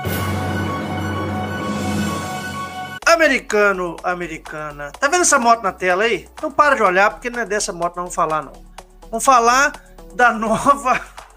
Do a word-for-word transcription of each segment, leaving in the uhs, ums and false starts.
Americano, americana, tá vendo essa moto na tela aí? Não para de olhar, porque não é dessa moto que nós vamos falar, não. Vamos falar da nova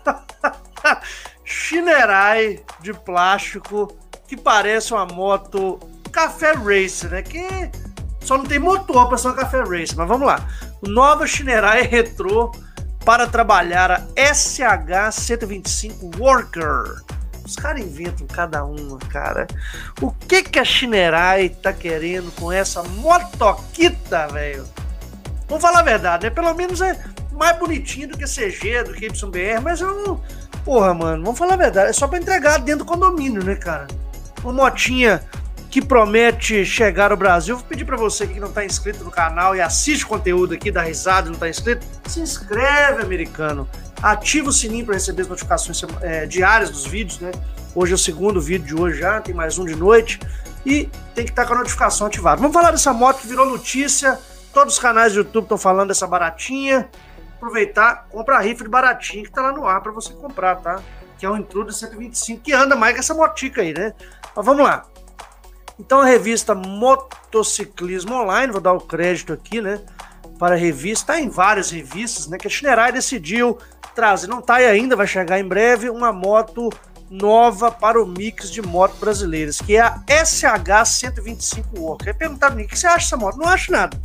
Shinerai de plástico, que parece uma moto Café Racer, né? Que só não tem motor para ser uma Café Racer, mas vamos lá. Nova Shinerai Retrô para trabalhar a S H cento e vinte e cinco Worker. Os caras inventam cada uma, cara. O que que a Shinerai tá querendo com essa motoquita, velho? Vamos falar a verdade, né? Pelo menos é mais bonitinho do que C G, do que Y B R, mas eu não... Porra, mano, vamos falar a verdade. É só pra entregar dentro do condomínio, né, cara? Uma motinha que promete chegar ao Brasil. Vou pedir pra você que não tá inscrito no canal e assiste o conteúdo aqui, dá risada e não tá inscrito, se inscreve, americano. Ativa o sininho para receber as notificações é, diárias dos vídeos, né? Hoje é o segundo vídeo de hoje já, tem mais um de noite. E tem que estar com a notificação ativada. Vamos falar dessa moto que virou notícia. Todos os canais do YouTube estão falando dessa baratinha. Aproveitar, compra a rifa de baratinha que tá lá no ar para você comprar, tá? Que é o Intruder cento e vinte e cinco, que anda mais que essa motica aí, né? Mas vamos lá. Então a revista Motociclismo Online, vou dar o crédito aqui, né? Para a revista, tá em várias revistas, né? Que a Shinerai decidiu trazer, não tá aí ainda, vai chegar em breve, uma moto nova para o mix de motos brasileiras, que é a S H cento e vinte e cinco Worker. Aí perguntaram, o que você acha dessa moto? Não acho nada.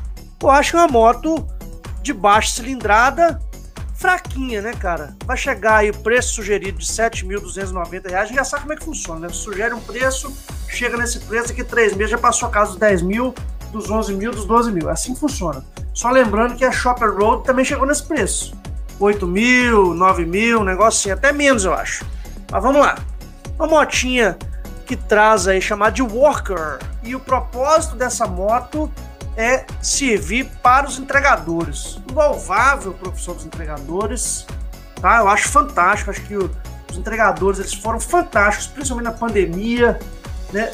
Eu acho uma moto de baixa cilindrada, fraquinha, né, cara? Vai chegar aí o preço sugerido de sete mil duzentos e noventa reais, a gente já sabe como é que funciona, né? Sugere um preço, chega nesse preço, daqui três meses já passou a casa dos dez mil, dos onze mil, dos doze mil. Assim funciona. Só lembrando que a Shopper Road também chegou nesse preço. oito mil, nove mil, um negócio assim, até menos eu acho. Mas vamos lá. Uma motinha que traz aí, chamada de Worker. E o propósito dessa moto é servir para os entregadores. Louvável a profissão dos entregadores, tá? Eu acho fantástico, acho que o, os entregadores eles foram fantásticos, principalmente na pandemia, né?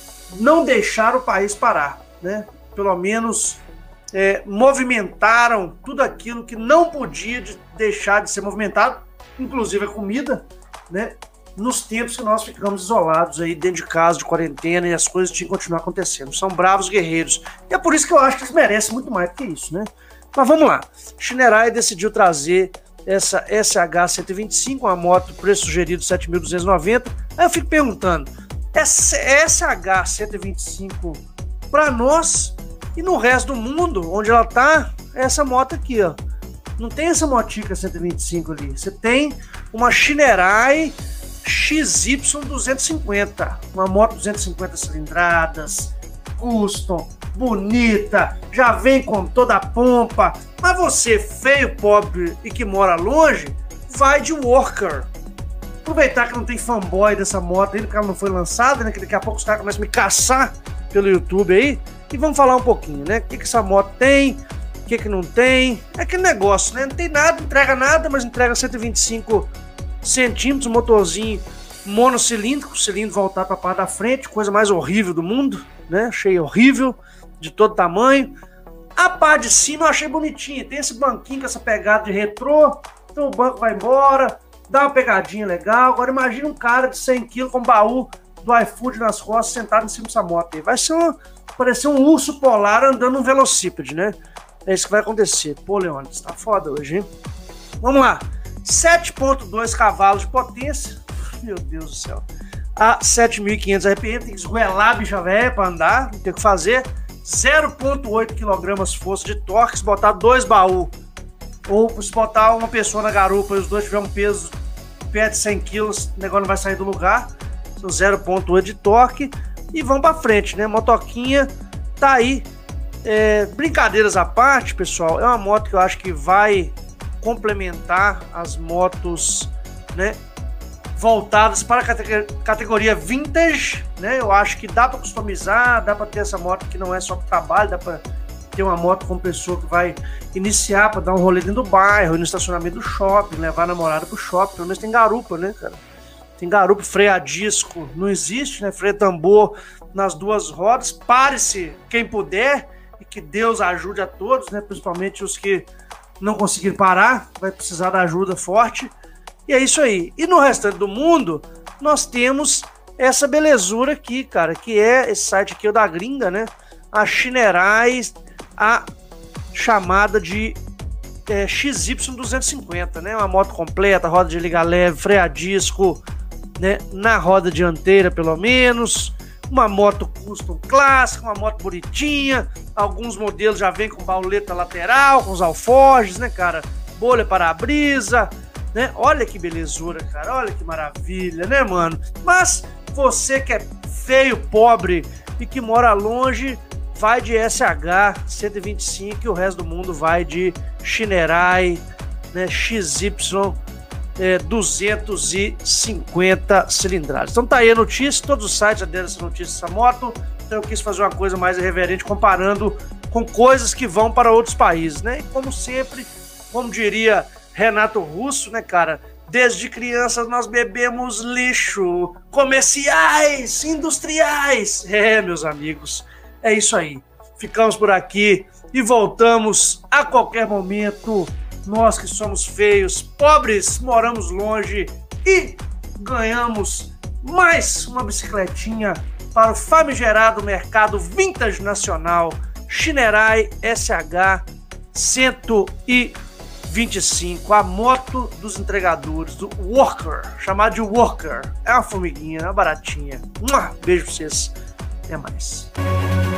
Não deixaram o país parar, né? Pelo menos é, movimentaram tudo aquilo que não podia de deixar de ser movimentado, inclusive a comida, né? Nos tempos que nós ficamos isolados aí dentro de casa, de quarentena, e as coisas tinham que continuar acontecendo. São bravos guerreiros. E é por isso que eu acho que eles merecem muito mais do que isso, né? Mas vamos lá. Shinerai decidiu trazer essa S H cento e vinte e cinco, uma moto, preço sugerido sete mil duzentos e noventa. Aí eu fico perguntando, essa S H cento e vinte e cinco para nós e no resto do mundo, onde ela tá, é essa moto aqui, ó. Não tem essa motica cento e vinte e cinco ali. Você tem uma Shinerai X Y duzentos e cinquenta, uma moto duzentos e cinquenta cilindradas, custom, bonita, já vem com toda a pompa, mas você, feio, pobre e que mora longe, vai de Worker. Aproveitar que não tem fanboy dessa moto ainda, porque ela não foi lançada, né, que daqui a pouco os caras começam a me caçar pelo YouTube aí, e vamos falar um pouquinho, né, o que que essa moto tem, o que que não tem, é aquele negócio, né, não tem nada, não entrega nada, mas entrega cento e vinte e cinco centímetros, motorzinho monocilíndrico, cilindro voltar para a parte da frente, coisa mais horrível do mundo, né? Achei horrível, de todo tamanho. A parte de cima eu achei bonitinha, tem esse banquinho com essa pegada de retrô, então o banco vai embora, dá uma pegadinha legal. Agora imagina um cara de cem quilos com baú do iFood nas costas, sentado em cima dessa moto aí. Vai ser uma, parecer um urso polar andando num velocípede, né? É isso que vai acontecer. Pô, Leônidas, tá foda hoje, hein? Vamos lá. sete ponto dois cavalos de potência, meu Deus do céu, a sete mil e quinhentos R P M, tem que esgoelar a bicha velha para andar, não tem o que fazer. Zero vírgula oito quilogramas força de torque, se botar dois baús, ou se botar uma pessoa na garupa e os dois tiverem um peso perto de cem quilos, o negócio não vai sair do lugar. São zero vírgula oito de torque, e vamos para frente, né? Motoquinha tá aí. É, brincadeiras à parte, pessoal, é uma moto que eu acho que vai complementar as motos, né, voltadas para a categoria vintage, né? Eu acho que dá para customizar, dá para ter essa moto que não é só para trabalho, dá para ter uma moto com pessoa que vai iniciar para dar um rolê dentro do bairro, no estacionamento do shopping, levar a namorada pro shopping. Pelo menos tem garupa, né, cara? Tem garupa, freio a disco não existe, né? Freio tambor nas duas rodas. Pare-se quem puder e que Deus ajude a todos, né? Principalmente os que não conseguir parar, vai precisar da ajuda forte. E é isso aí. E no restante do mundo, nós temos essa belezura aqui, cara, que é esse site aqui, o da gringa, né? A Shinerai, a chamada de é, X Y duzentos e cinquenta, né? Uma moto completa, roda de liga leve, freio a disco, né? Na roda dianteira, pelo menos. Uma moto custom clássica, uma moto bonitinha. Alguns modelos já vem com bauleta lateral, com os alforjes, né, cara? Bolha para-brisa, né? Olha que belezura, cara. Olha que maravilha, né, mano? Mas você que é feio, pobre e que mora longe, vai de S H cento e vinte e cinco e o resto do mundo vai de Shinerai, né, X Y é, duzentos e cinquenta cilindradas. Então tá aí a notícia, todos os sites já deram essa notícia dessa moto, então eu quis fazer uma coisa mais irreverente comparando com coisas que vão para outros países, né? E como sempre, como diria Renato Russo, né, cara? Desde crianças nós bebemos lixo, comerciais, industriais. É, meus amigos, é isso aí. Ficamos por aqui e voltamos a qualquer momento. Nós que somos feios, pobres, moramos longe e ganhamos mais uma bicicletinha para o famigerado mercado vintage nacional Shinerai S H cento e vinte e cinco, a moto dos entregadores, do Worker, chamado de Worker. É uma formiguinha, é uma baratinha. Beijo pra vocês. Até mais.